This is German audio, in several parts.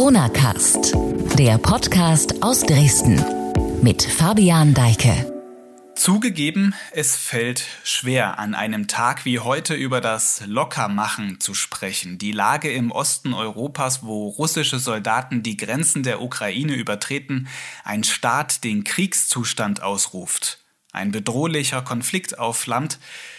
Corona-Cast, der Podcast aus Dresden mit Fabian Deike. Zugegeben, es fällt schwer, an einem Tag wie heute über das Lockermachen zu sprechen. Die Lage im Osten Europas, wo russische Soldaten die Grenzen der Ukraine übertreten, ein Staat den Kriegszustand ausruft, ein bedrohlicher Konflikt aufflammt,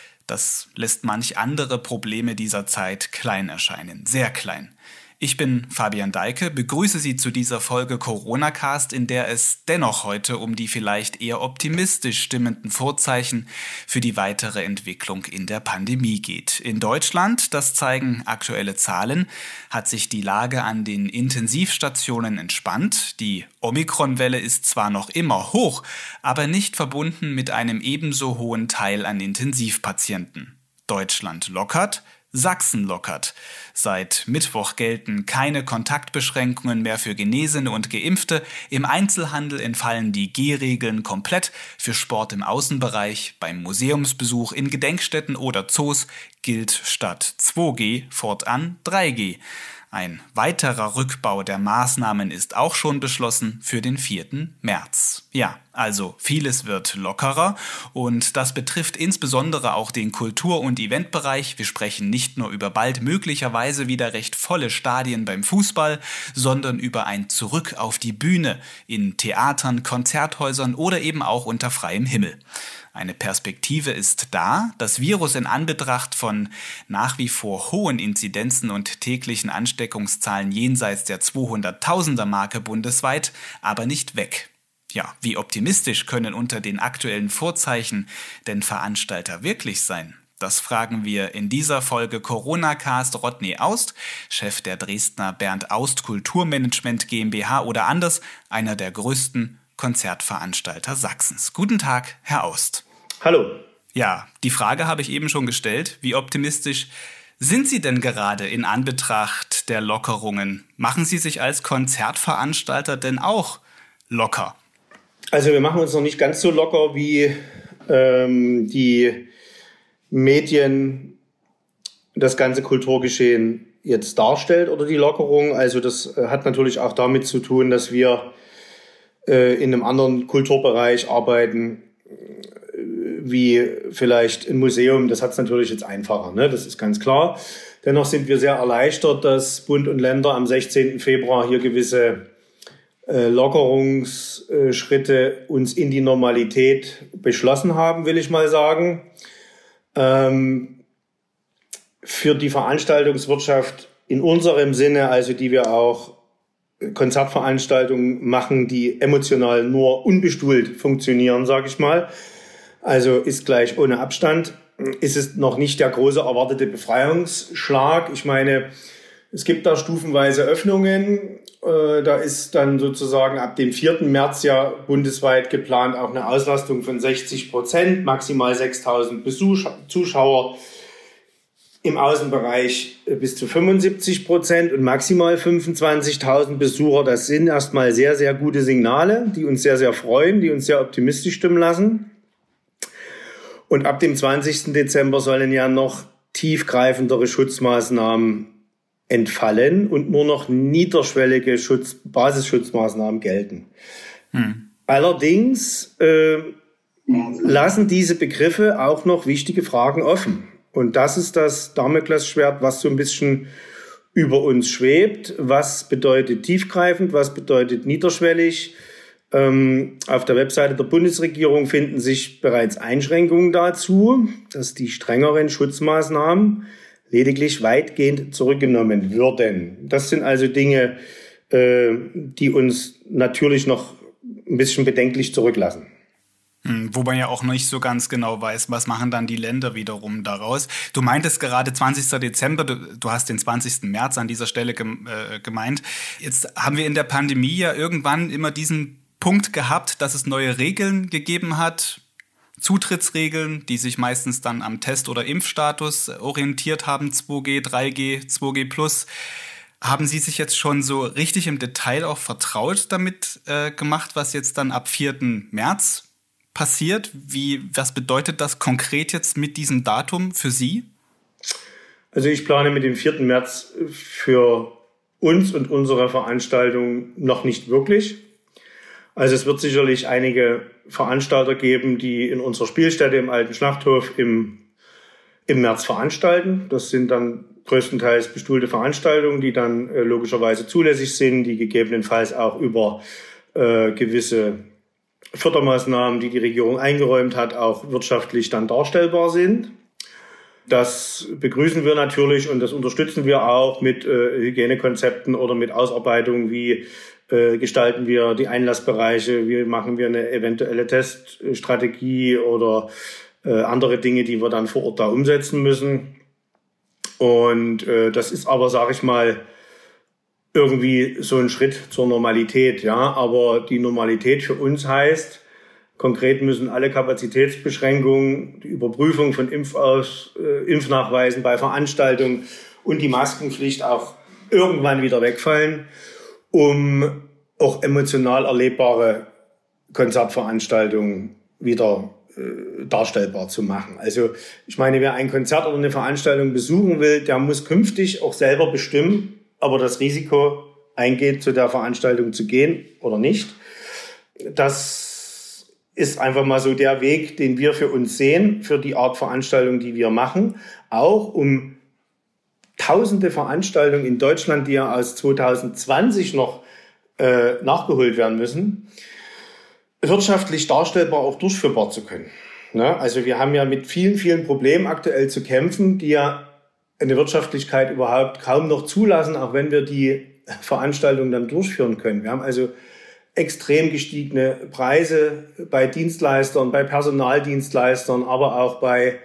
das lässt manch andere Probleme dieser Zeit klein erscheinen, sehr klein. Ich bin Fabian Deike, begrüße Sie zu dieser Folge Corona-Cast, in der es dennoch heute um die vielleicht eher optimistisch stimmenden Vorzeichen für die weitere Entwicklung in der Pandemie geht. In Deutschland, das zeigen aktuelle Zahlen, hat sich die Lage an den Intensivstationen entspannt. Die Omikron-Welle ist zwar noch immer hoch, aber nicht verbunden mit einem ebenso hohen Teil an Intensivpatienten. Deutschland lockert, Sachsen lockert. Seit Mittwoch gelten keine Kontaktbeschränkungen mehr für Genesene und Geimpfte. Im Einzelhandel entfallen die G-Regeln komplett. Für Sport im Außenbereich, beim Museumsbesuch in Gedenkstätten oder Zoos gilt statt 2G fortan 3G. Ein weiterer Rückbau der Maßnahmen ist auch schon beschlossen für den 4. März. Ja, also vieles wird lockerer und das betrifft insbesondere auch den Kultur- und Eventbereich. Wir sprechen nicht nur über bald möglicherweise wieder recht volle Stadien beim Fußball, sondern über ein Zurück auf die Bühne in Theatern, Konzerthäusern oder eben auch unter freiem Himmel. Eine Perspektive ist da, das Virus in Anbetracht von nach wie vor hohen Inzidenzen und täglichen Ansteckungszahlen jenseits der 200.000er-Marke bundesweit, aber nicht weg. Ja, wie optimistisch können unter den aktuellen Vorzeichen denn Veranstalter wirklich sein? Das fragen wir in dieser Folge Corona-Cast Rodney Aust, Chef der Dresdner Bernd Aust Kulturmanagement GmbH oder anders, einer der größten Konzertveranstalter Sachsens. Guten Tag, Herr Aust. Hallo. Ja, die Frage habe ich eben schon gestellt. Wie optimistisch sind Sie denn gerade in Anbetracht der Lockerungen? Machen Sie sich als Konzertveranstalter denn auch locker? Also wir machen uns noch nicht ganz so locker, wie die Medien das ganze Kulturgeschehen jetzt darstellt oder die Lockerung. Also das hat natürlich auch damit zu tun, dass wir in einem anderen Kulturbereich arbeiten, wie vielleicht ein Museum. Das hat es natürlich jetzt einfacher, ne? Das ist ganz klar. Dennoch sind wir sehr erleichtert, dass Bund und Länder am 16. Februar hier gewisse Lockerungsschritte uns in die Normalität beschlossen haben, will ich mal sagen. Für die Veranstaltungswirtschaft in unserem Sinne, also die wir auch Konzertveranstaltungen machen, die emotional nur unbestuhlt funktionieren, sage ich mal. Also ist gleich ohne Abstand. Ist es noch nicht der große erwartete Befreiungsschlag. Ich meine, es gibt da stufenweise Öffnungen. Da ist dann sozusagen ab dem 4. März ja bundesweit geplant auch eine Auslastung von 60%, maximal 6.000 Zuschauer. Im Außenbereich bis zu 75% und maximal 25.000 Besucher. Das sind erstmal sehr, sehr gute Signale, die uns sehr, sehr freuen, die uns sehr optimistisch stimmen lassen. Und ab dem 20. Dezember sollen ja noch tiefgreifendere Schutzmaßnahmen entfallen und nur noch niederschwellige Basisschutzmaßnahmen gelten. Allerdings lassen diese Begriffe auch noch wichtige Fragen offen. Und das ist das Damoklesschwert, was so ein bisschen über uns schwebt. Was bedeutet tiefgreifend? Was bedeutet niederschwellig? Auf der Webseite der Bundesregierung finden sich bereits Einschränkungen dazu, dass die strengeren Schutzmaßnahmen lediglich weitgehend zurückgenommen würden. Das sind also Dinge, die uns natürlich noch ein bisschen bedenklich zurücklassen. Wo man ja auch nicht so ganz genau weiß, was machen dann die Länder wiederum daraus. Du meintest gerade 20. Dezember, du hast den 20. März an dieser Stelle gemeint. Jetzt haben wir in der Pandemie ja irgendwann immer diesen Punkt gehabt, dass es neue Regeln gegeben hat, Zutrittsregeln, die sich meistens dann am Test- oder Impfstatus orientiert haben, 2G, 3G, 2G+. Haben Sie sich jetzt schon so richtig im Detail auch vertraut damit gemacht, was jetzt dann ab 4. März passiert? Was bedeutet das konkret jetzt mit diesem Datum für Sie? Also ich plane mit dem 4. März für uns und unsere Veranstaltung noch nicht wirklich. Also es wird sicherlich einige Veranstalter geben, die in unserer Spielstätte im Alten Schlachthof im März veranstalten. Das sind dann größtenteils bestuhlte Veranstaltungen, die dann logischerweise zulässig sind, die gegebenenfalls auch über gewisse Fördermaßnahmen, die die Regierung eingeräumt hat, auch wirtschaftlich dann darstellbar sind. Das begrüßen wir natürlich und das unterstützen wir auch mit Hygienekonzepten oder mit Ausarbeitungen, wie gestalten wir die Einlassbereiche, wie machen wir eine eventuelle Teststrategie oder andere Dinge, die wir dann vor Ort da umsetzen müssen. Und das ist aber, sage ich mal, irgendwie so ein Schritt zur Normalität. Ja, aber die Normalität für uns heißt, konkret müssen alle Kapazitätsbeschränkungen, die Überprüfung von Impfnachweisen bei Veranstaltungen und die Maskenpflicht auch irgendwann wieder wegfallen, um auch emotional erlebbare Konzertveranstaltungen wieder darstellbar zu machen. Also ich meine, wer ein Konzert oder eine Veranstaltung besuchen will, der muss künftig auch selber bestimmen, ob er das Risiko eingeht, zu der Veranstaltung zu gehen oder nicht. Das ist einfach mal so der Weg, den wir für uns sehen, für die Art Veranstaltung, die wir machen, auch um tausende Veranstaltungen in Deutschland, die ja aus 2020 noch nachgeholt werden müssen, wirtschaftlich darstellbar auch durchführbar zu können. Ne? Also wir haben ja mit vielen, vielen Problemen aktuell zu kämpfen, die ja eine Wirtschaftlichkeit überhaupt kaum noch zulassen, auch wenn wir die Veranstaltung dann durchführen können. Wir haben also extrem gestiegene Preise bei Dienstleistern, bei Personaldienstleistern, aber auch bei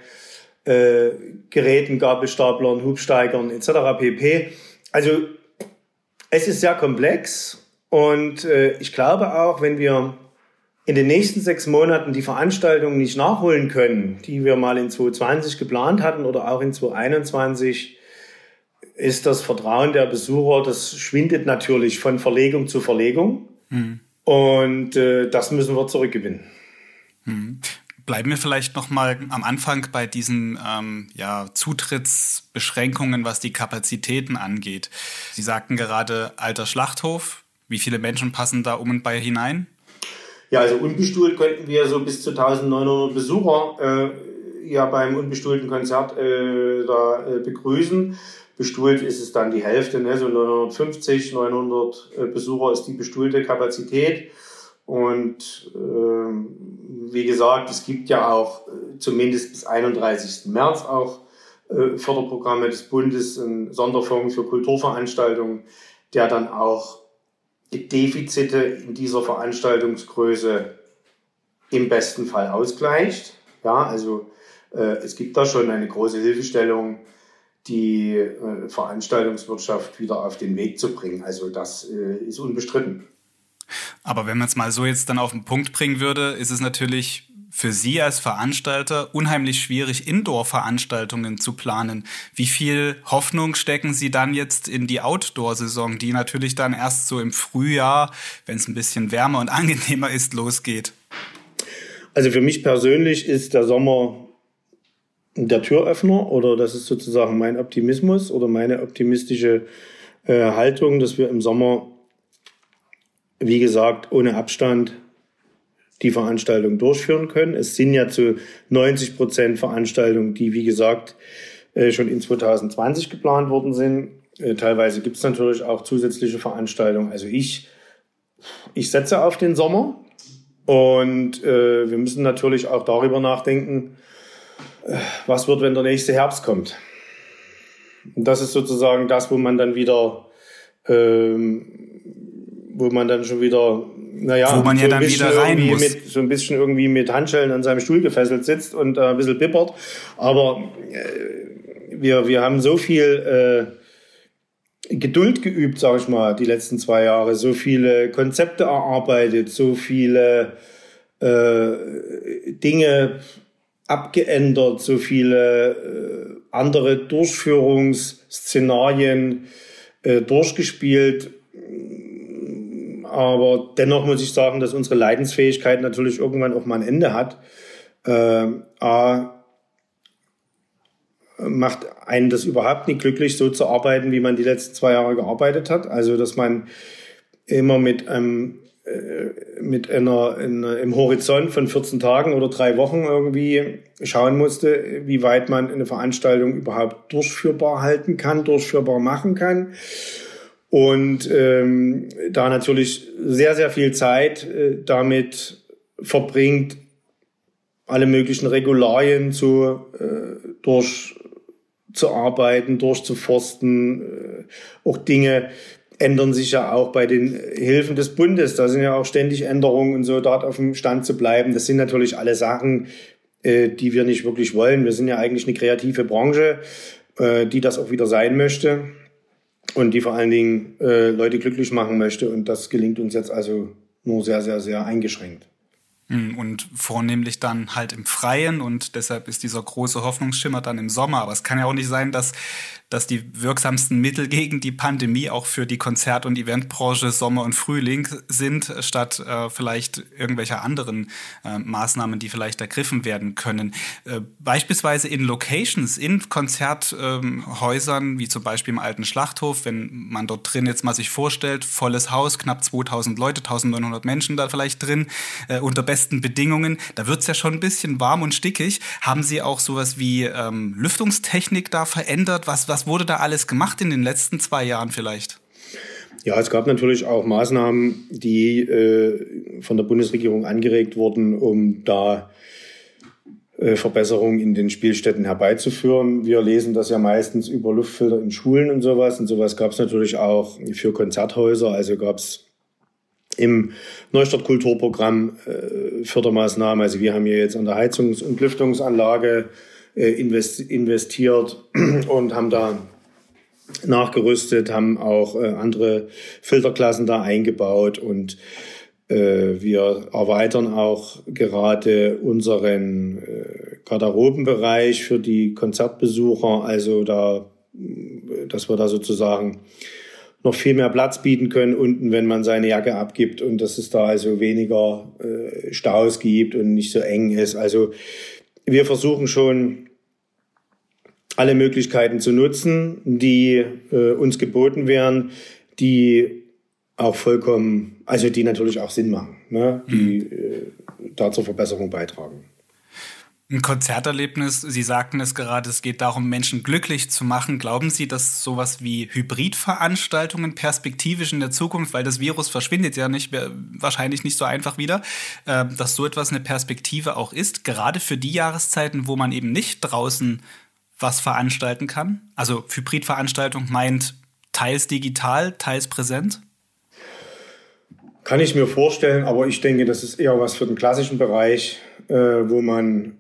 Geräten, Gabelstaplern, Hubsteigern etc. pp. Also es ist sehr komplex und ich glaube auch, wenn wir in den nächsten 6 Monaten die Veranstaltungen nicht nachholen können, die wir mal in 2020 geplant hatten oder auch in 2021, ist das Vertrauen der Besucher, das schwindet natürlich von Verlegung zu Verlegung. Mhm. Und das müssen wir zurückgewinnen. Mhm. Bleiben wir vielleicht noch mal am Anfang bei diesen Zutrittsbeschränkungen, was die Kapazitäten angeht. Sie sagten gerade Alter Schlachthof. Wie viele Menschen passen da um und bei hinein? Ja, also unbestuhlt könnten wir so bis zu 1900 Besucher beim unbestuhlten Konzert begrüßen. Bestuhlt ist es dann die Hälfte, ne? So 950, 900 Besucher ist die bestuhlte Kapazität. Und wie gesagt, es gibt ja auch zumindest bis 31. März auch Förderprogramme des Bundes, ein Sonderfonds für Kulturveranstaltungen, der dann auch die Defizite in dieser Veranstaltungsgröße im besten Fall ausgleicht. Ja, also es gibt da schon eine große Hilfestellung, die Veranstaltungswirtschaft wieder auf den Weg zu bringen. Also das ist unbestritten. Aber wenn man es mal so jetzt dann auf den Punkt bringen würde, ist es natürlich für Sie als Veranstalter unheimlich schwierig, Indoor-Veranstaltungen zu planen. Wie viel Hoffnung stecken Sie dann jetzt in die Outdoor-Saison, die natürlich dann erst so im Frühjahr, wenn es ein bisschen wärmer und angenehmer ist, losgeht? Also für mich persönlich ist der Sommer der Türöffner, oder das ist sozusagen mein Optimismus oder meine optimistische Haltung, dass wir im Sommer, wie gesagt, ohne Abstand die Veranstaltung durchführen können. Es sind ja zu 90% Veranstaltungen, die, wie gesagt, schon in 2020 geplant worden sind. Teilweise gibt es natürlich auch zusätzliche Veranstaltungen. Also ich setze auf den Sommer und wir müssen natürlich auch darüber nachdenken, was wird, wenn der nächste Herbst kommt. Und das ist sozusagen das, wo man dann wieder wo man dann schon wieder, wo man ja dann wieder rein muss. So ein bisschen irgendwie mit Handschellen an seinem Stuhl gefesselt sitzt und ein bisschen bippert. Aber wir haben so viel Geduld geübt, sage ich mal, die letzten 2 Jahre. So viele Konzepte erarbeitet, so viele Dinge abgeändert, so viele andere Durchführungsszenarien durchgespielt. Aber dennoch muss ich sagen, dass unsere Leidensfähigkeit natürlich irgendwann auch mal ein Ende hat. macht einen das überhaupt nicht glücklich, so zu arbeiten, wie man die letzten 2 Jahre gearbeitet hat. Also, dass man immer im Horizont von 14 Tagen oder 3 Wochen irgendwie schauen musste, wie weit man eine Veranstaltung überhaupt durchführbar machen kann. Und da natürlich sehr, sehr viel Zeit damit verbringt, alle möglichen Regularien durchzuarbeiten, durchzuforsten. Auch Dinge ändern sich ja auch bei den Hilfen des Bundes. Da sind ja auch ständig Änderungen und so, dort auf dem Stand zu bleiben. Das sind natürlich alle Sachen, die wir nicht wirklich wollen. Wir sind ja eigentlich eine kreative Branche, die das auch wieder sein möchte und die vor allen Dingen Leute glücklich machen möchte. Und das gelingt uns jetzt also nur sehr, sehr, sehr eingeschränkt. Und vornehmlich dann halt im Freien, und deshalb ist dieser große Hoffnungsschimmer dann im Sommer. Aber es kann ja auch nicht sein, dass die wirksamsten Mittel gegen die Pandemie auch für die Konzert- und Eventbranche Sommer und Frühling sind, statt vielleicht irgendwelcher anderen Maßnahmen, die vielleicht ergriffen werden können. Beispielsweise in Locations, in Konzerthäusern, wie zum Beispiel im Alten Schlachthof, wenn man dort drin jetzt mal sich vorstellt, volles Haus, knapp 2000 Leute, 1900 Menschen da vielleicht drin, unter besten Bedingungen, da wird's ja schon ein bisschen warm und stickig. Haben Sie auch sowas wie Lüftungstechnik da verändert? Was wurde da alles gemacht in den letzten 2 Jahren vielleicht? Ja, es gab natürlich auch Maßnahmen, die von der Bundesregierung angeregt wurden, um da Verbesserungen in den Spielstätten herbeizuführen. Wir lesen das ja meistens über Luftfilter in Schulen und sowas. Und sowas gab es natürlich auch für Konzerthäuser. Also gab es im Neustadt Kulturprogramm Fördermaßnahmen. Also wir haben hier jetzt an der Heizungs- und Lüftungsanlage investiert und haben da nachgerüstet, haben auch andere Filterklassen da eingebaut, und wir erweitern auch gerade unseren Garderobenbereich für die Konzertbesucher, also dass wir da sozusagen noch viel mehr Platz bieten können unten, wenn man seine Jacke abgibt, und dass es da also weniger Staus gibt und nicht so eng ist. Also wir versuchen schon, alle Möglichkeiten zu nutzen, die uns geboten werden, die auch die natürlich auch Sinn machen, ne? Die da zur Verbesserung beitragen. Ein Konzerterlebnis, Sie sagten es gerade, es geht darum, Menschen glücklich zu machen. Glauben Sie, dass sowas wie Hybridveranstaltungen perspektivisch in der Zukunft, weil das Virus verschwindet ja wahrscheinlich nicht so einfach wieder, dass so etwas eine Perspektive auch ist, gerade für die Jahreszeiten, wo man eben nicht draußen was veranstalten kann? Also Hybridveranstaltung meint teils digital, teils präsent? Kann ich mir vorstellen, aber ich denke, das ist eher was für den klassischen Bereich, wo man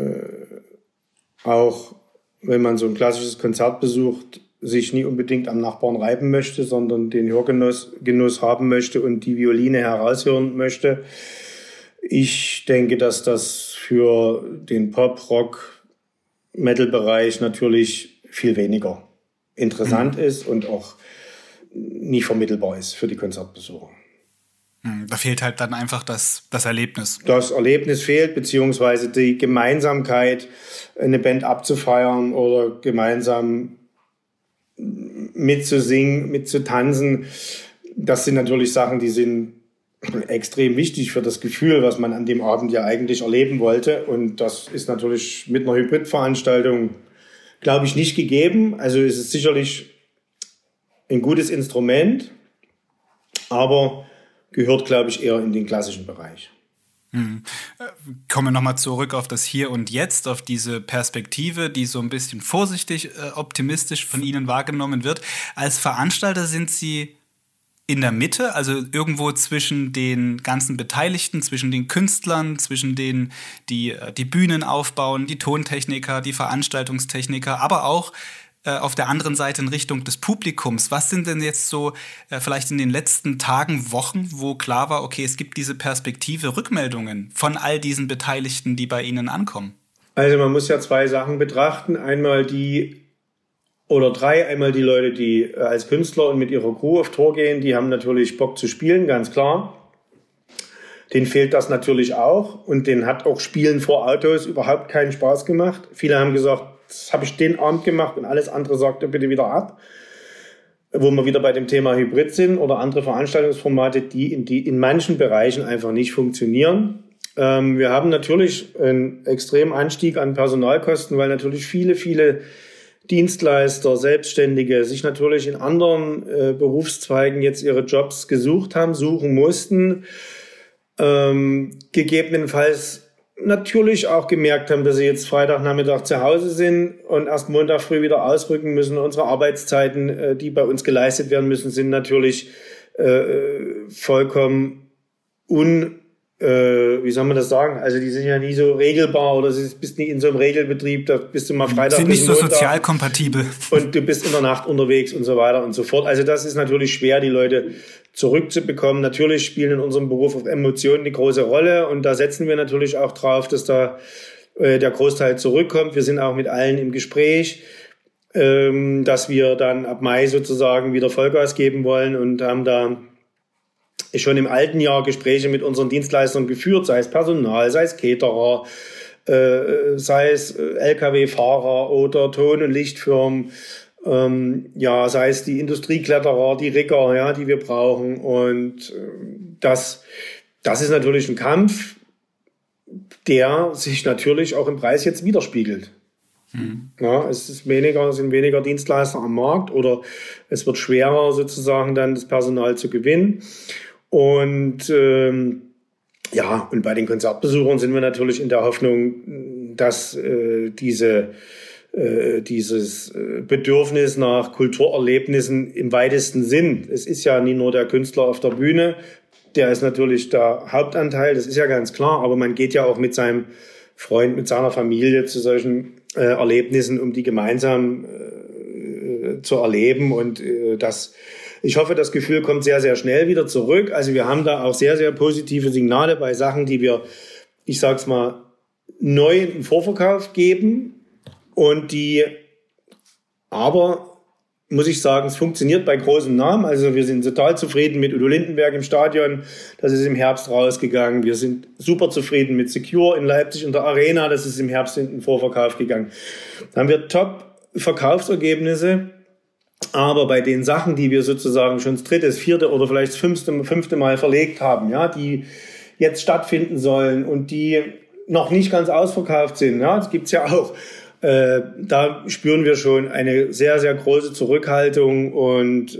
auch, wenn man so ein klassisches Konzert besucht, sich nie unbedingt am Nachbarn reiben möchte, sondern den Hörgenuss haben möchte und die Violine heraushören möchte. Ich denke, dass das für den Pop-, Rock-, Metal-Bereich natürlich viel weniger interessant ist und auch nicht vermittelbar ist für die Konzertbesucher. Da fehlt halt dann einfach das Erlebnis. Das Erlebnis fehlt, beziehungsweise die Gemeinsamkeit, eine Band abzufeiern oder gemeinsam mitzusingen, mitzutanzen. Das sind natürlich Sachen, die sind extrem wichtig für das Gefühl, was man an dem Abend ja eigentlich erleben wollte. Und das ist natürlich mit einer Hybridveranstaltung, glaube ich, nicht gegeben. Also es ist sicherlich ein gutes Instrument, aber gehört, glaube ich, eher in den klassischen Bereich. Kommen wir nochmal zurück auf das Hier und Jetzt, auf diese Perspektive, die so ein bisschen vorsichtig, optimistisch von Ihnen wahrgenommen wird. Als Veranstalter sind Sie in der Mitte, also irgendwo zwischen den ganzen Beteiligten, zwischen den Künstlern, zwischen denen, die Bühnen aufbauen, die Tontechniker, die Veranstaltungstechniker, aber auch auf der anderen Seite in Richtung des Publikums. Was sind denn jetzt so vielleicht in den letzten Tagen, Wochen, wo klar war, okay, es gibt diese Perspektive, Rückmeldungen von all diesen Beteiligten, die bei Ihnen ankommen? Also man muss ja 2 Sachen betrachten. Einmal die Leute, die als Künstler und mit ihrer Crew auf Tour gehen, die haben natürlich Bock zu spielen, ganz klar. Denen fehlt das natürlich auch, und denen hat auch Spielen vor Autos überhaupt keinen Spaß gemacht. Viele haben gesagt, das habe ich den Abend gemacht und alles andere sagt er bitte wieder ab. Wo wir wieder bei dem Thema Hybrid sind oder andere Veranstaltungsformate, die in manchen Bereichen einfach nicht funktionieren. Wir haben natürlich einen extremen Anstieg an Personalkosten, weil natürlich viele Dienstleister, Selbstständige sich natürlich in anderen Berufszweigen jetzt ihre Jobs suchen mussten. Gegebenenfalls natürlich auch gemerkt haben, dass sie jetzt Freitagnachmittag zu Hause sind und erst Montag früh wieder ausrücken müssen. Unsere Arbeitszeiten, die bei uns geleistet werden müssen, sind natürlich vollkommen wie soll man das sagen? Also die sind ja nie so regelbar oder du bist nie in so einem Regelbetrieb, da bist du mal Freitag. Sind nicht so sozial kompatibel. Und du bist in der Nacht unterwegs und so weiter und so fort. Also das ist natürlich schwer, die Leute zurückzubekommen. Natürlich spielen in unserem Beruf auch Emotionen eine große Rolle und da setzen wir natürlich auch drauf, dass da der Großteil zurückkommt. Wir sind auch mit allen im Gespräch, dass wir dann ab Mai sozusagen wieder Vollgas geben wollen und haben da schon im alten Jahr Gespräche mit unseren Dienstleistern geführt, sei es Personal, sei es Caterer, sei es Lkw-Fahrer oder Ton- und Lichtfirmen, sei es die Industriekletterer, die Rigger, die wir brauchen. Und das ist natürlich ein Kampf, der sich natürlich auch im Preis jetzt widerspiegelt. Ja, sind weniger Dienstleister am Markt oder es wird schwerer sozusagen dann das Personal zu gewinnen. Und und bei den Konzertbesuchern sind wir natürlich in der Hoffnung, dass dieses Bedürfnis nach Kulturerlebnissen im weitesten Sinn, es ist ja nie nur der Künstler auf der Bühne, der ist natürlich der Hauptanteil, das ist ja ganz klar, aber man geht ja auch mit seinem Freund, mit seiner Familie zu solchen Erlebnissen, um die gemeinsam zu erleben und ich hoffe, das Gefühl kommt sehr, sehr schnell wieder zurück. Also wir haben da auch sehr, sehr positive Signale bei Sachen, die wir, ich sag's mal, neu in den Vorverkauf geben und aber muss ich sagen, es funktioniert bei großen Namen. Also wir sind total zufrieden mit Udo Lindenberg im Stadion. Das ist im Herbst rausgegangen. Wir sind super zufrieden mit Secure in Leipzig in der Arena. Das ist im Herbst in den Vorverkauf gegangen. Da haben wir Top-Verkaufsergebnisse. Aber bei den Sachen, die wir sozusagen schon das 3., 4. oder vielleicht das 5. Mal verlegt haben, die jetzt stattfinden sollen und die noch nicht ganz ausverkauft sind, das gibt's ja auch. Da spüren wir schon eine sehr, sehr große Zurückhaltung und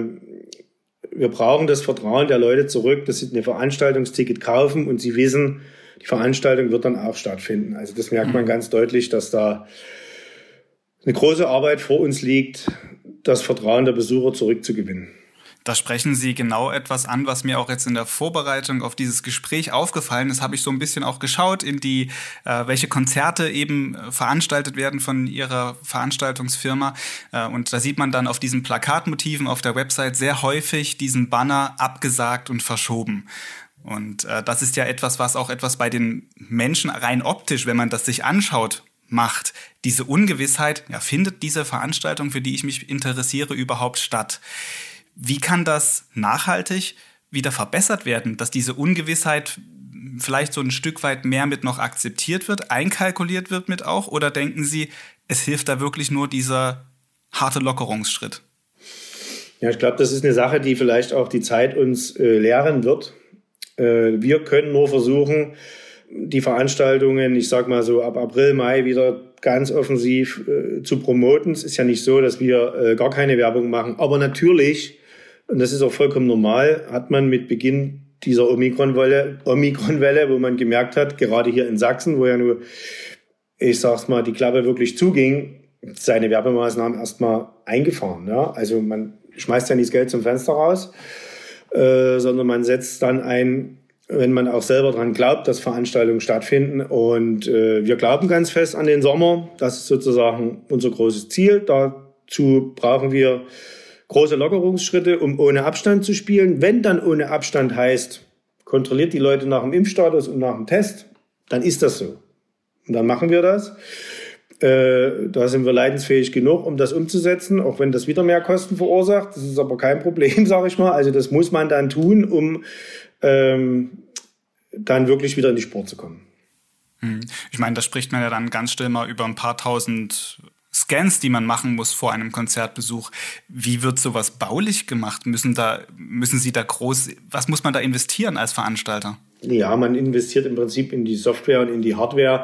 wir brauchen das Vertrauen der Leute zurück, dass sie eine Veranstaltungsticket kaufen und sie wissen, die Veranstaltung wird dann auch stattfinden. Also das merkt man ganz deutlich, dass da eine große Arbeit vor uns liegt, das Vertrauen der Besucher zurückzugewinnen. Da sprechen Sie genau etwas an, was mir auch jetzt in der Vorbereitung auf dieses Gespräch aufgefallen ist. Habe ich so ein bisschen auch geschaut in die, welche Konzerte eben veranstaltet werden von Ihrer Veranstaltungsfirma. Und da sieht man dann auf diesen Plakatmotiven auf der Website sehr häufig diesen Banner abgesagt und verschoben. Und das ist ja etwas, was auch etwas bei den Menschen rein optisch, wenn man das sich anschaut, macht. Diese Ungewissheit, findet diese Veranstaltung, für die ich mich interessiere, überhaupt statt? Wie kann das nachhaltig wieder verbessert werden, dass diese Ungewissheit vielleicht so ein Stück weit mehr mit noch akzeptiert wird, einkalkuliert wird mit auch? Oder denken Sie, es hilft da wirklich nur dieser harte Lockerungsschritt? Ja, ich glaube, das ist eine Sache, die vielleicht auch die Zeit uns lehren wird. Wir können nur versuchen, die Veranstaltungen, ich sag mal so ab April, Mai wieder ganz offensiv zu promoten. Es ist ja nicht so, dass wir gar keine Werbung machen. Aber natürlich, und das ist auch vollkommen normal, hat man mit Beginn dieser Omikron-Welle, wo man gemerkt hat, gerade hier in Sachsen, wo ja nur, ich sag's mal, die Klappe wirklich zuging, seine Werbemaßnahmen erstmal eingefahren. Ja? Also man schmeißt ja nicht das Geld zum Fenster raus, sondern man setzt dann ein, wenn man auch selber dran glaubt, dass Veranstaltungen stattfinden. Und wir glauben ganz fest an den Sommer. Das ist sozusagen unser großes Ziel. Dazu brauchen wir große Lockerungsschritte, um ohne Abstand zu spielen. Wenn dann ohne Abstand heißt, kontrolliert die Leute nach dem Impfstatus und nach dem Test, dann ist das so. Und dann machen wir das. Da sind wir leidensfähig genug, um das umzusetzen, auch wenn das wieder mehr Kosten verursacht. Das ist aber kein Problem, sage ich mal. Also das muss man dann tun, um dann wirklich wieder in die Spur zu kommen. Ich meine, da spricht man ja dann ganz schnell mal über ein paar tausend Scans, die man machen muss vor einem Konzertbesuch. Wie wird sowas baulich gemacht? Was muss man da investieren als Veranstalter? Ja, man investiert im Prinzip in die Software und in die Hardware.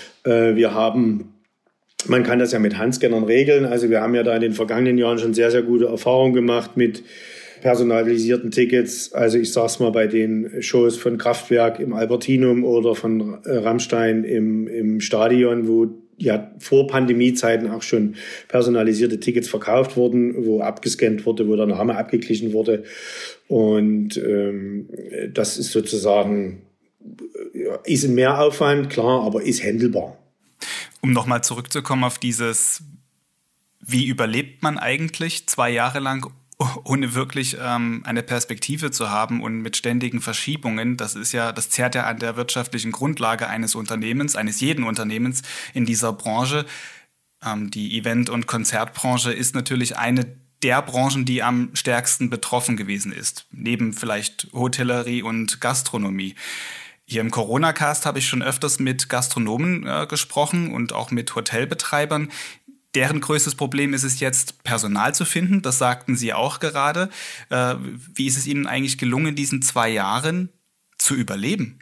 Man kann das ja mit Handscannern regeln. Also wir haben ja da in den vergangenen Jahren schon sehr, sehr gute Erfahrungen gemacht mit personalisierten Tickets. Also ich sag's mal bei den Shows von Kraftwerk im Albertinum oder von Rammstein im Stadion, wo ja vor Pandemiezeiten auch schon personalisierte Tickets verkauft wurden, wo abgescannt wurde, wo der Name abgeglichen wurde. Und das ist sozusagen, ist ein Mehraufwand, klar, aber ist handelbar. Um nochmal zurückzukommen auf dieses, wie überlebt man eigentlich 2 Jahre lang, ohne wirklich eine Perspektive zu haben und mit ständigen Verschiebungen. Das zehrt ja an der wirtschaftlichen Grundlage eines Unternehmens, eines jeden Unternehmens in dieser Branche. Die Event- und Konzertbranche ist natürlich eine der Branchen, die am stärksten betroffen gewesen ist, neben vielleicht Hotellerie und Gastronomie. Hier im Corona-Cast habe ich schon öfters mit Gastronomen gesprochen und auch mit Hotelbetreibern. Deren größtes Problem ist es jetzt, Personal zu finden. Das sagten Sie auch gerade. Wie ist es Ihnen eigentlich gelungen, in diesen 2 Jahren zu überleben?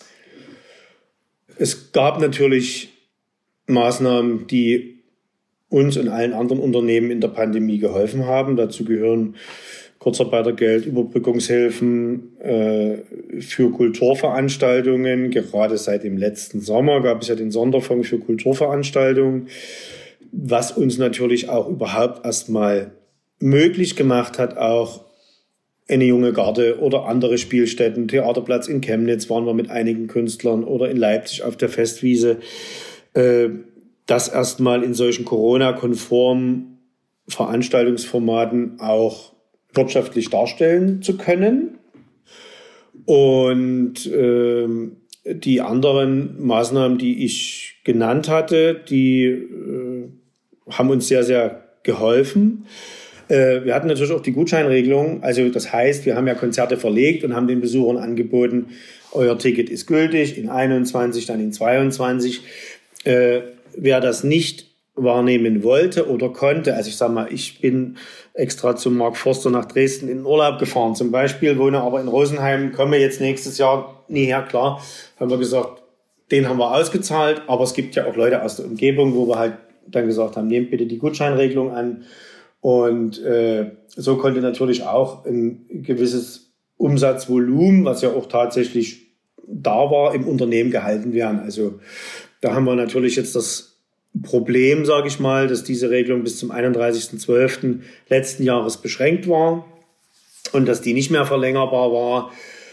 Es gab natürlich Maßnahmen, die uns und allen anderen Unternehmen in der Pandemie geholfen haben. Dazu gehören Kurzarbeitergeld, Überbrückungshilfen für Kulturveranstaltungen. Gerade seit dem letzten Sommer gab es ja den Sonderfonds für Kulturveranstaltungen, was uns natürlich auch überhaupt erstmal möglich gemacht hat, auch eine junge Garde oder andere Spielstätten, Theaterplatz in Chemnitz waren wir mit einigen Künstlern oder in Leipzig auf der Festwiese, das erstmal in solchen Corona-konformen Veranstaltungsformaten auch wirtschaftlich darstellen zu können. Und die anderen Maßnahmen, die ich genannt hatte, die haben uns sehr, sehr geholfen. Wir hatten natürlich auch die Gutscheinregelung. Also das heißt, wir haben ja Konzerte verlegt und haben den Besuchern angeboten, euer Ticket ist gültig in 21, dann in 22. Wer das nicht wahrnehmen wollte oder konnte, also ich sage mal, ich bin extra zum Mark Forster nach Dresden in den Urlaub gefahren zum Beispiel, wohne aber in Rosenheim, komme jetzt nächstes Jahr nie her, klar, haben wir gesagt, den haben wir ausgezahlt, aber es gibt ja auch Leute aus der Umgebung, wo wir halt dann gesagt haben, nehmt bitte die Gutscheinregelung an. Und so konnte natürlich auch ein gewisses Umsatzvolumen, was ja auch tatsächlich da war, im Unternehmen gehalten werden. Also da haben wir natürlich jetzt das Problem, sage ich mal, dass diese Regelung bis zum 31.12. letzten Jahres beschränkt war und dass die nicht mehr verlängerbar war.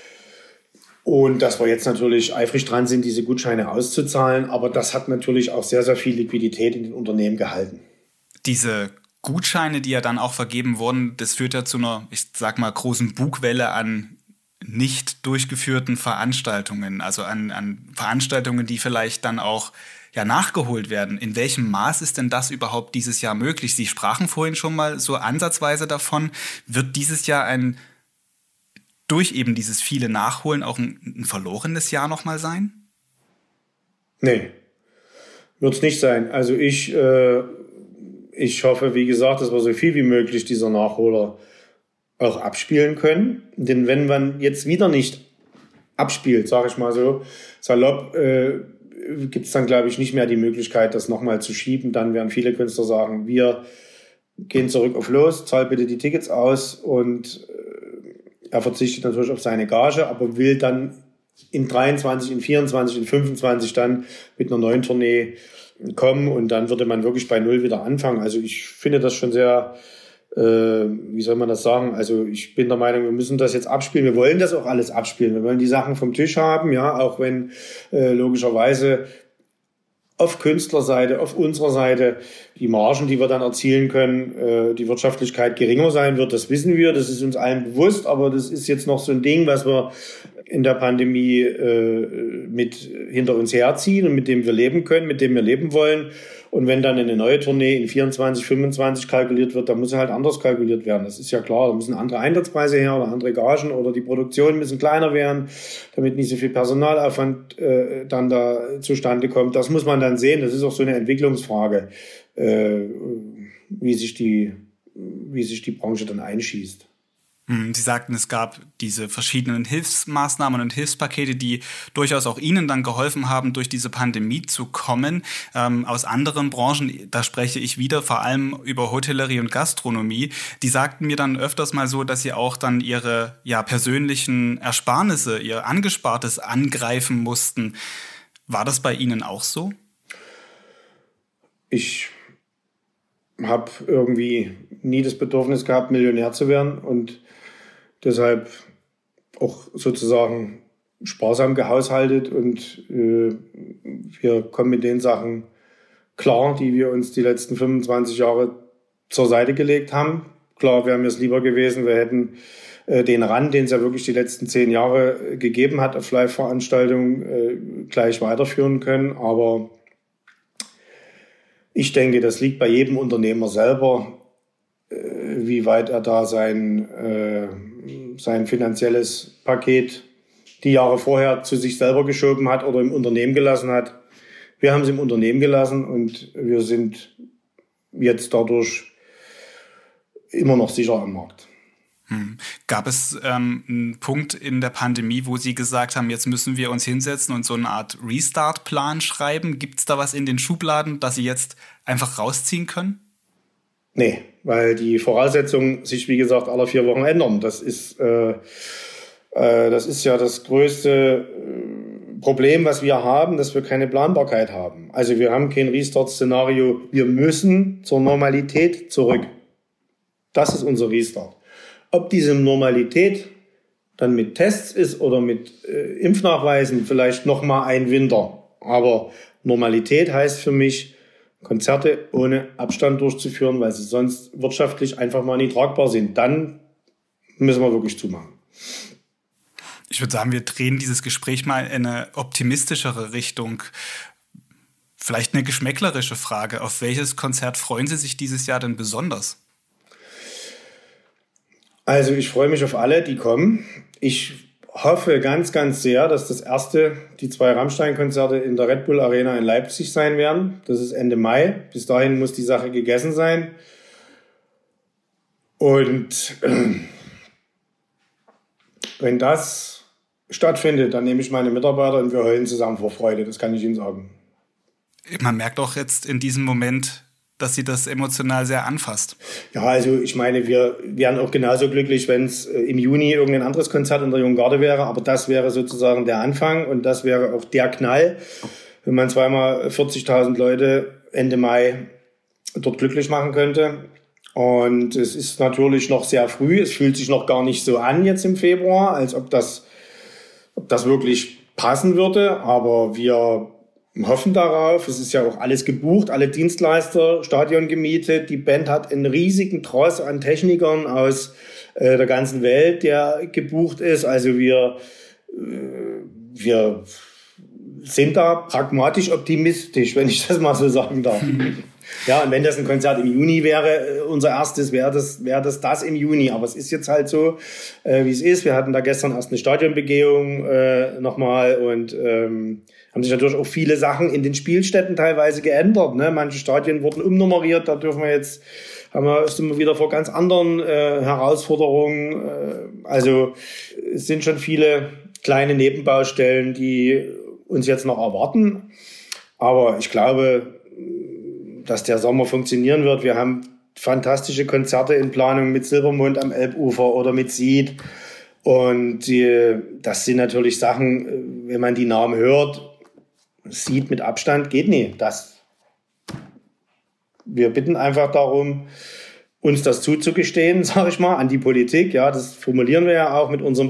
Und dass wir jetzt natürlich eifrig dran sind, diese Gutscheine auszuzahlen. Aber das hat natürlich auch sehr, sehr viel Liquidität in den Unternehmen gehalten. Diese Gutscheine, die ja dann auch vergeben wurden, das führt ja zu einer, ich sag mal, großen Bugwelle an nicht durchgeführten Veranstaltungen. Also an Veranstaltungen, die vielleicht dann auch nachgeholt werden. In welchem Maß ist denn das überhaupt dieses Jahr möglich? Sie sprachen vorhin schon mal so ansatzweise davon. Wird dieses Jahr durch eben dieses viele Nachholen auch ein verlorenes Jahr nochmal sein? Nee, wird es nicht sein. Also ich hoffe, wie gesagt, dass wir so viel wie möglich dieser Nachholer auch abspielen können. Denn wenn man jetzt wieder nicht abspielt, sage ich mal so, salopp, gibt es dann, glaube ich, nicht mehr die Möglichkeit, das nochmal zu schieben. Dann werden viele Künstler sagen, wir gehen zurück auf los, zahl bitte die Tickets aus und er verzichtet natürlich auf seine Gage, aber will dann in 23, in 24, in 25 dann mit einer neuen Tournee kommen und dann würde man wirklich bei Null wieder anfangen. Also ich finde das schon sehr, wie soll man das sagen? Also ich bin der Meinung, wir müssen das jetzt abspielen. Wir wollen das auch alles abspielen. Wir wollen die Sachen vom Tisch haben, ja, auch wenn logischerweise auf Künstlerseite, auf unserer Seite die Margen, die wir dann erzielen können, die Wirtschaftlichkeit geringer sein wird. Das wissen wir, das ist uns allen bewusst, aber das ist jetzt noch so ein Ding, was wir in der Pandemie mit hinter uns herziehen und mit dem wir leben können, mit dem wir leben wollen. Und wenn dann eine neue Tournee in 24, 25 kalkuliert wird, dann muss halt anders kalkuliert werden. Das ist ja klar, da müssen andere Eintrittspreise her oder andere Gagen oder die Produktionen müssen kleiner werden, damit nicht so viel Personalaufwand dann da zustande kommt. Das muss man dann sehen. Das ist auch so eine Entwicklungsfrage, wie sich die Branche dann einschießt. Sie sagten, es gab diese verschiedenen Hilfsmaßnahmen und Hilfspakete, die durchaus auch Ihnen dann geholfen haben, durch diese Pandemie zu kommen. Aus anderen Branchen, da spreche ich wieder vor allem über Hotellerie und Gastronomie, die sagten mir dann öfters mal so, dass sie auch dann ihre persönlichen Ersparnisse, ihr Angespartes angreifen mussten. War das bei Ihnen auch so? Ich habe irgendwie nie das Bedürfnis gehabt, Millionär zu werden und deshalb auch sozusagen sparsam gehaushaltet und wir kommen mit den Sachen klar, die wir uns die letzten 25 Jahre zur Seite gelegt haben. Klar wäre mir es lieber gewesen, wir hätten den Run, den es ja wirklich die letzten 10 Jahre gegeben hat auf Live-Veranstaltungen, gleich weiterführen können, aber ich denke, das liegt bei jedem Unternehmer selber, wie weit er da sein finanzielles Paket die Jahre vorher zu sich selber geschoben hat oder im Unternehmen gelassen hat. Wir haben es im Unternehmen gelassen und wir sind jetzt dadurch immer noch sicher am Markt. Gab es einen Punkt in der Pandemie, wo Sie gesagt haben, jetzt müssen wir uns hinsetzen und so eine Art Restart-Plan schreiben? Gibt es da was in den Schubladen, das Sie jetzt einfach rausziehen können? Nee, weil die Voraussetzungen sich, wie gesagt, alle 4 Wochen ändern. Das ist ja das größte Problem, was wir haben, dass wir keine Planbarkeit haben. Also wir haben kein Restart-Szenario. Wir müssen zur Normalität zurück. Das ist unser Restart. Ob diese Normalität dann mit Tests ist oder mit Impfnachweisen, vielleicht noch mal ein Winter. Aber Normalität heißt für mich, Konzerte ohne Abstand durchzuführen, weil sie sonst wirtschaftlich einfach mal nicht tragbar sind. Dann müssen wir wirklich zumachen. Ich würde sagen, wir drehen dieses Gespräch mal in eine optimistischere Richtung. Vielleicht eine geschmäcklerische Frage. Auf welches Konzert freuen Sie sich dieses Jahr denn besonders? Also ich freue mich auf alle, die kommen. Ich hoffe ganz, ganz sehr, dass die 2 Rammstein-Konzerte in der Red Bull Arena in Leipzig sein werden. Das ist Ende Mai. Bis dahin muss die Sache gegessen sein. Und wenn das stattfindet, dann nehme ich meine Mitarbeiter und wir heulen zusammen vor Freude. Das kann ich Ihnen sagen. Man merkt auch jetzt in diesem Moment, dass Sie das emotional sehr anfasst. Ja, also ich meine, wir wären auch genauso glücklich, wenn es im Juni irgendein anderes Konzert in der Jungen Garde wäre, aber das wäre sozusagen der Anfang und das wäre auch der Knall, wenn man zweimal 40.000 Leute Ende Mai dort glücklich machen könnte. Und es ist natürlich noch sehr früh, es fühlt sich noch gar nicht so an jetzt im Februar, als ob das wirklich passen würde, aber wir hoffen darauf. Es ist ja auch alles gebucht, alle Dienstleister, Stadion gemietet. Die Band hat einen riesigen Tross an Technikern aus der ganzen Welt, der gebucht ist. Also wir sind da pragmatisch optimistisch, wenn ich das mal so sagen darf. Ja, und wenn das ein Konzert im Juni wäre, unser erstes, wäre das im Juni. Aber es ist jetzt halt so, wie es ist. Wir hatten da gestern erst eine Stadionbegehung nochmal und haben sich natürlich auch viele Sachen in den Spielstätten teilweise geändert. Ne? Manche Stadien wurden umnummeriert, da sind wir wieder vor ganz anderen Herausforderungen. Also es sind schon viele kleine Nebenbaustellen, die uns jetzt noch erwarten. Aber ich glaube, dass der Sommer funktionieren wird. Wir haben fantastische Konzerte in Planung mit Silbermond am Elbufer oder mit Sied. Und das sind natürlich Sachen, wenn man die Namen hört, Sied mit Abstand geht nie. Wir bitten einfach darum, uns das zuzugestehen, sage ich mal, an die Politik. Ja, das formulieren wir ja auch mit unseren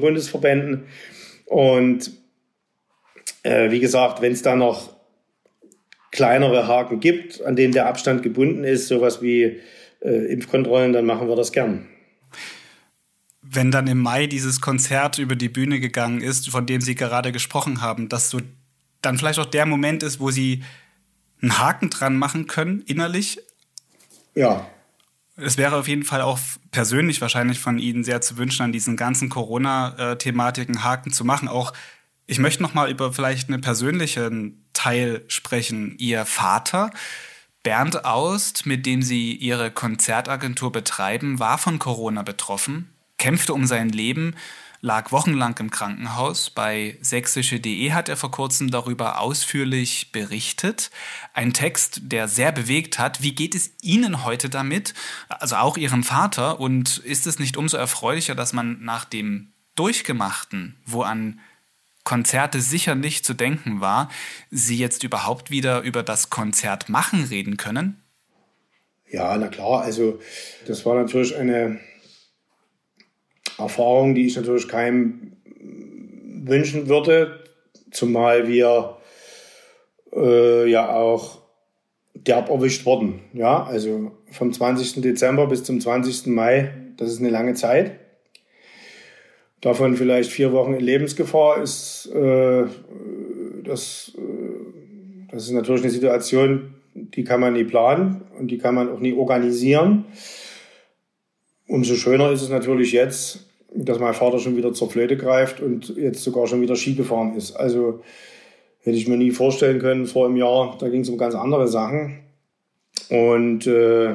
kleinere Haken gibt, an denen der Abstand gebunden ist, sowas wie Impfkontrollen, dann machen wir das gern. Wenn dann im Mai dieses Konzert über die Bühne gegangen ist, von dem Sie gerade gesprochen haben, dass so dann vielleicht auch der Moment ist, wo Sie einen Haken dran machen können, innerlich? Ja. Es wäre auf jeden Fall auch persönlich wahrscheinlich von Ihnen sehr zu wünschen, an diesen ganzen Corona-Thematiken Haken zu machen. Auch ich möchte noch mal über vielleicht einen persönlichen Teil sprechen. Ihr Vater, Bernd Aust, mit dem Sie Ihre Konzertagentur betreiben, war von Corona betroffen, kämpfte um sein Leben, lag wochenlang im Krankenhaus. Bei sächsische.de hat er vor kurzem darüber ausführlich berichtet. Ein Text, der sehr bewegt hat. Wie geht es Ihnen heute damit? Also auch Ihrem Vater. Und ist es nicht umso erfreulicher, dass man nach dem Durchgemachten, wo an Konzerte sicher nicht zu denken war, Sie jetzt überhaupt wieder über das Konzertmachen reden können? Ja, na klar. Also das war natürlich eine Erfahrung, die ich natürlich keinem wünschen würde, zumal wir ja auch derb erwischt wurden. Ja, also vom 20. Dezember bis zum 20. Mai, das ist eine lange Zeit. Davon vielleicht 4 Wochen in Lebensgefahr ist, das ist natürlich eine Situation, die kann man nie planen und die kann man auch nie organisieren. Umso schöner ist es natürlich jetzt, dass mein Vater schon wieder zur Flöte greift und jetzt sogar schon wieder Ski gefahren ist. Also hätte ich mir nie vorstellen können vor einem Jahr, da ging es um ganz andere Sachen. Und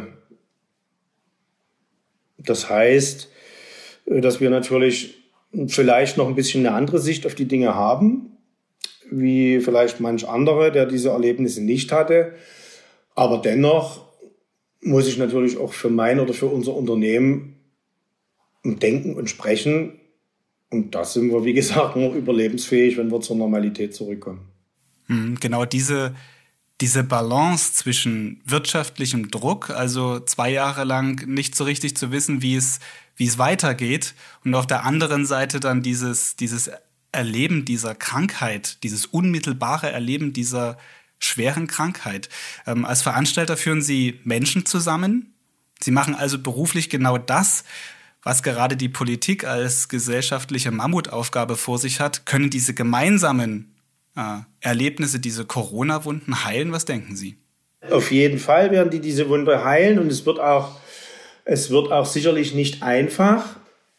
das heißt, dass wir natürlich vielleicht noch ein bisschen eine andere Sicht auf die Dinge haben, wie vielleicht manch andere, der diese Erlebnisse nicht hatte. Aber dennoch muss ich natürlich auch für mein oder für unser Unternehmen denken und sprechen. Und da sind wir, wie gesagt, nur überlebensfähig, wenn wir zur Normalität zurückkommen. Genau diese Balance zwischen wirtschaftlichem Druck, also 2 Jahre lang nicht so richtig zu wissen, wie es weitergeht, und auf der anderen Seite dann dieses Erleben dieser Krankheit, dieses unmittelbare Erleben dieser schweren Krankheit. Als Veranstalter führen Sie Menschen zusammen. Sie machen also beruflich genau das, was gerade die Politik als gesellschaftliche Mammutaufgabe vor sich hat. Können diese gemeinsamen Erlebnisse, diese Corona-Wunden heilen? Was denken Sie? Auf jeden Fall werden die diese Wunde heilen, und es wird auch sicherlich nicht einfach,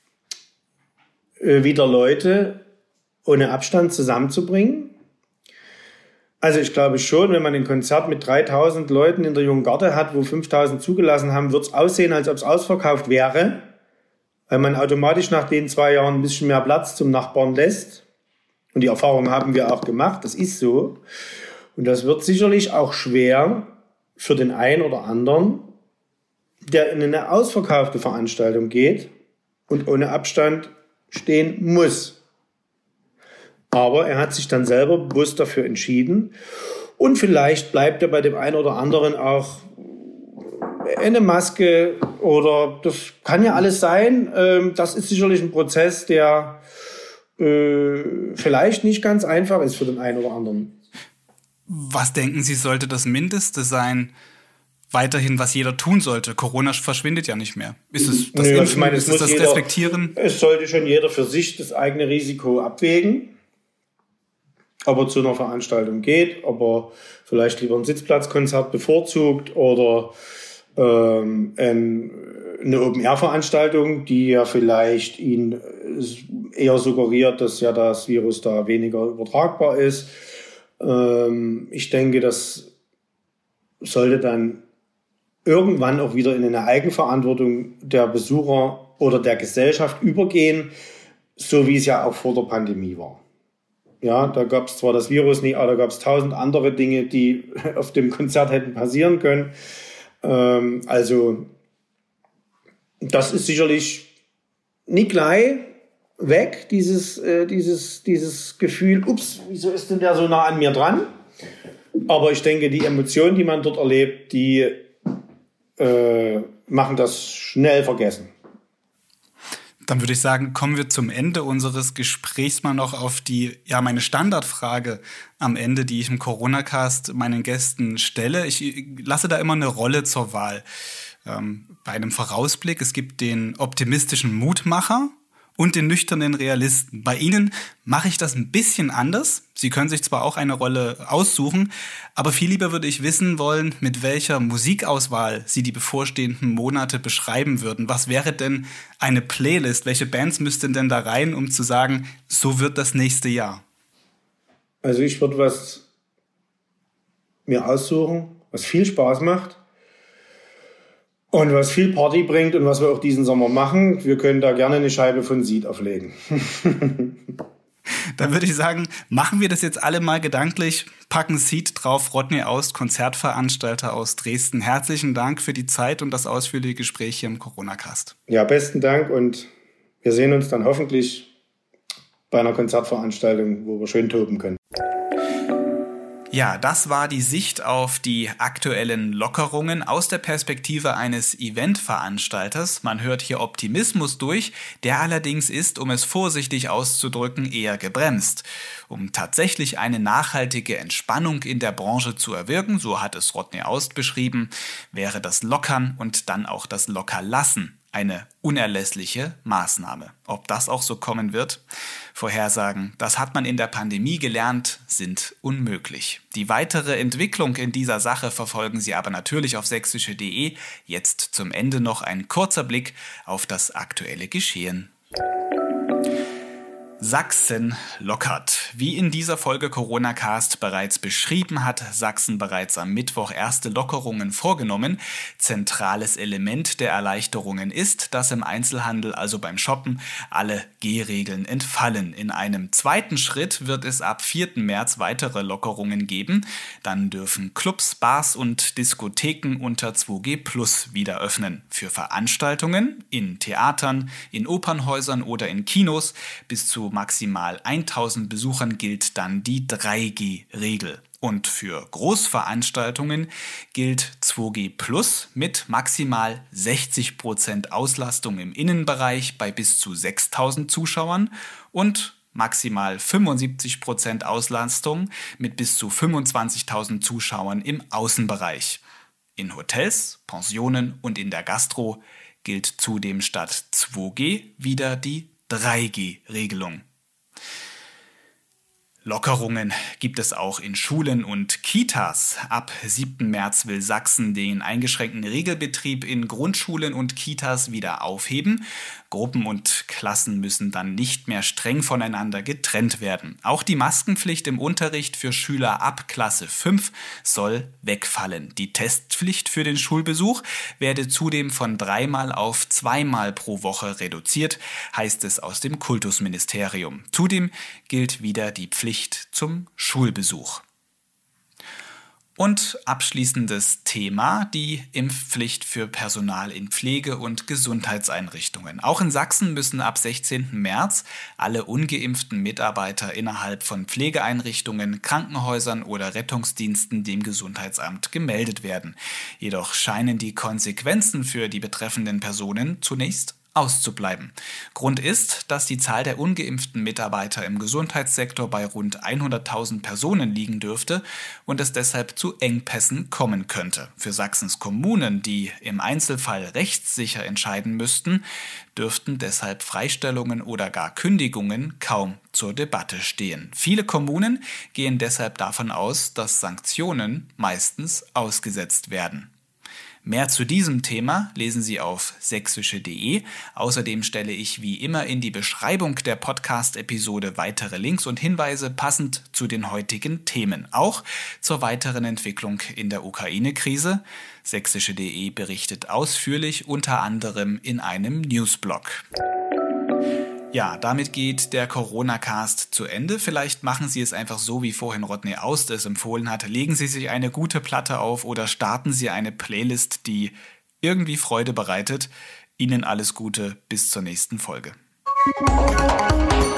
wieder Leute ohne Abstand zusammenzubringen. Also ich glaube schon, wenn man ein Konzert mit 3.000 Leuten in der Jungen Garde hat, wo 5.000 zugelassen haben, wird es aussehen, als ob es ausverkauft wäre, weil man automatisch nach den 2 Jahren ein bisschen mehr Platz zum Nachbarn lässt. Und die Erfahrung haben wir auch gemacht, das ist so. Und das wird sicherlich auch schwer für den einen oder anderen, der in eine ausverkaufte Veranstaltung geht und ohne Abstand stehen muss. Aber er hat sich dann selber bewusst dafür entschieden. Und vielleicht bleibt er bei dem einen oder anderen auch eine Maske, oder das kann ja alles sein. Das ist sicherlich ein Prozess, der vielleicht nicht ganz einfach ist für den einen oder anderen. Was denken Sie, sollte das Mindeste sein, weiterhin, was jeder tun sollte? Corona verschwindet ja nicht mehr. Ist es das Impfen? Ist es das Respektieren? Es sollte schon jeder für sich das eigene Risiko abwägen, ob er zu einer Veranstaltung geht, ob er vielleicht lieber ein Sitzplatzkonzert bevorzugt oder eine Open-Air-Veranstaltung, die ja vielleicht ihn eher suggeriert, dass ja das Virus da weniger übertragbar ist. Ich denke, das sollte dann irgendwann auch wieder in eine Eigenverantwortung der Besucher oder der Gesellschaft übergehen, so wie es ja auch vor der Pandemie war. Ja, da gab es zwar das Virus nicht, aber da gab es 1000 andere Dinge, die auf dem Konzert hätten passieren können. Also das ist sicherlich nicht gleich weg, dieses Gefühl, ups, wieso ist denn der so nah an mir dran? Aber ich denke, die Emotionen, die man dort erlebt, die machen das schnell vergessen. Dann würde ich sagen, kommen wir zum Ende unseres Gesprächs mal noch auf meine Standardfrage am Ende, die ich im Corona-Cast meinen Gästen stelle. Ich lasse da immer eine Rolle zur Wahl. Bei einem Vorausblick, es gibt den optimistischen Mutmacher und den nüchternen Realisten. Bei Ihnen mache ich das ein bisschen anders. Sie können sich zwar auch eine Rolle aussuchen, aber viel lieber würde ich wissen wollen, mit welcher Musikauswahl Sie die bevorstehenden Monate beschreiben würden. Was wäre denn eine Playlist? Welche Bands müssten denn da rein, um zu sagen, so wird das nächste Jahr? Also ich würde was mir aussuchen, was viel Spaß macht. Und was viel Party bringt und was wir auch diesen Sommer machen. Wir können da gerne eine Scheibe von Seed auflegen. Dann würde ich sagen, machen wir das jetzt alle mal gedanklich, packen Seed drauf. Rodney Aust, Konzertveranstalter aus Dresden. Herzlichen Dank für die Zeit und das ausführliche Gespräch hier im Corona-Cast. Ja, besten Dank und wir sehen uns dann hoffentlich bei einer Konzertveranstaltung, wo wir schön toben können. Ja, das war die Sicht auf die aktuellen Lockerungen aus der Perspektive eines Eventveranstalters. Man hört hier Optimismus durch, der allerdings ist, um es vorsichtig auszudrücken, eher gebremst. Um tatsächlich eine nachhaltige Entspannung in der Branche zu erwirken, so hat es Rodney Aust beschrieben, wäre das Lockern und dann auch das Lockerlassen eine unerlässliche Maßnahme. Ob das auch so kommen wird? Vorhersagen, das hat man in der Pandemie gelernt, sind unmöglich. Die weitere Entwicklung in dieser Sache verfolgen Sie aber natürlich auf sächsische.de. Jetzt zum Ende noch ein kurzer Blick auf das aktuelle Geschehen. Sachsen lockert. Wie in dieser Folge Corona-Cast bereits beschrieben, hat Sachsen bereits am Mittwoch erste Lockerungen vorgenommen. Zentrales Element der Erleichterungen ist, dass im Einzelhandel, also beim Shoppen, alle Gehregeln entfallen. In einem zweiten Schritt wird es ab 4. März weitere Lockerungen geben. Dann dürfen Clubs, Bars und Diskotheken unter 2G+ wieder öffnen. Für Veranstaltungen in Theatern, in Opernhäusern oder in Kinos bis zu maximal 1000 Besuchern gilt dann die 3G-Regel. Und für Großveranstaltungen gilt 2G+ mit maximal 60% Auslastung im Innenbereich bei bis zu 6000 Zuschauern und maximal 75% Auslastung mit bis zu 25.000 Zuschauern im Außenbereich. In Hotels, Pensionen und in der Gastro gilt zudem statt 2G wieder die 3G-Regelung. Lockerungen gibt es auch in Schulen und Kitas. Ab 7. März will Sachsen den eingeschränkten Regelbetrieb in Grundschulen und Kitas wieder aufheben. Gruppen und Klassen müssen dann nicht mehr streng voneinander getrennt werden. Auch die Maskenpflicht im Unterricht für Schüler ab Klasse 5 soll wegfallen. Die Testpflicht für den Schulbesuch werde zudem von 3-mal auf 2-mal pro Woche reduziert, heißt es aus dem Kultusministerium. Zudem gilt wieder die Pflicht zum Schulbesuch. Und abschließendes Thema, die Impfpflicht für Personal in Pflege- und Gesundheitseinrichtungen. Auch in Sachsen müssen ab 16. März alle ungeimpften Mitarbeiter innerhalb von Pflegeeinrichtungen, Krankenhäusern oder Rettungsdiensten dem Gesundheitsamt gemeldet werden. Jedoch scheinen die Konsequenzen für die betreffenden Personen zunächst auszubleiben. Grund ist, dass die Zahl der ungeimpften Mitarbeiter im Gesundheitssektor bei rund 100.000 Personen liegen dürfte und es deshalb zu Engpässen kommen könnte. Für Sachsens Kommunen, die im Einzelfall rechtssicher entscheiden müssten, dürften deshalb Freistellungen oder gar Kündigungen kaum zur Debatte stehen. Viele Kommunen gehen deshalb davon aus, dass Sanktionen meistens ausgesetzt werden. Mehr zu diesem Thema lesen Sie auf sächsische.de. Außerdem stelle ich wie immer in die Beschreibung der Podcast-Episode weitere Links und Hinweise passend zu den heutigen Themen, auch zur weiteren Entwicklung in der Ukraine-Krise. Sächsische.de berichtet ausführlich, unter anderem in einem Newsblog. Ja, damit geht der Corona-Cast zu Ende. Vielleicht machen Sie es einfach so, wie vorhin Rodney Aust es empfohlen hat. Legen Sie sich eine gute Platte auf oder starten Sie eine Playlist, die irgendwie Freude bereitet. Ihnen alles Gute, bis zur nächsten Folge.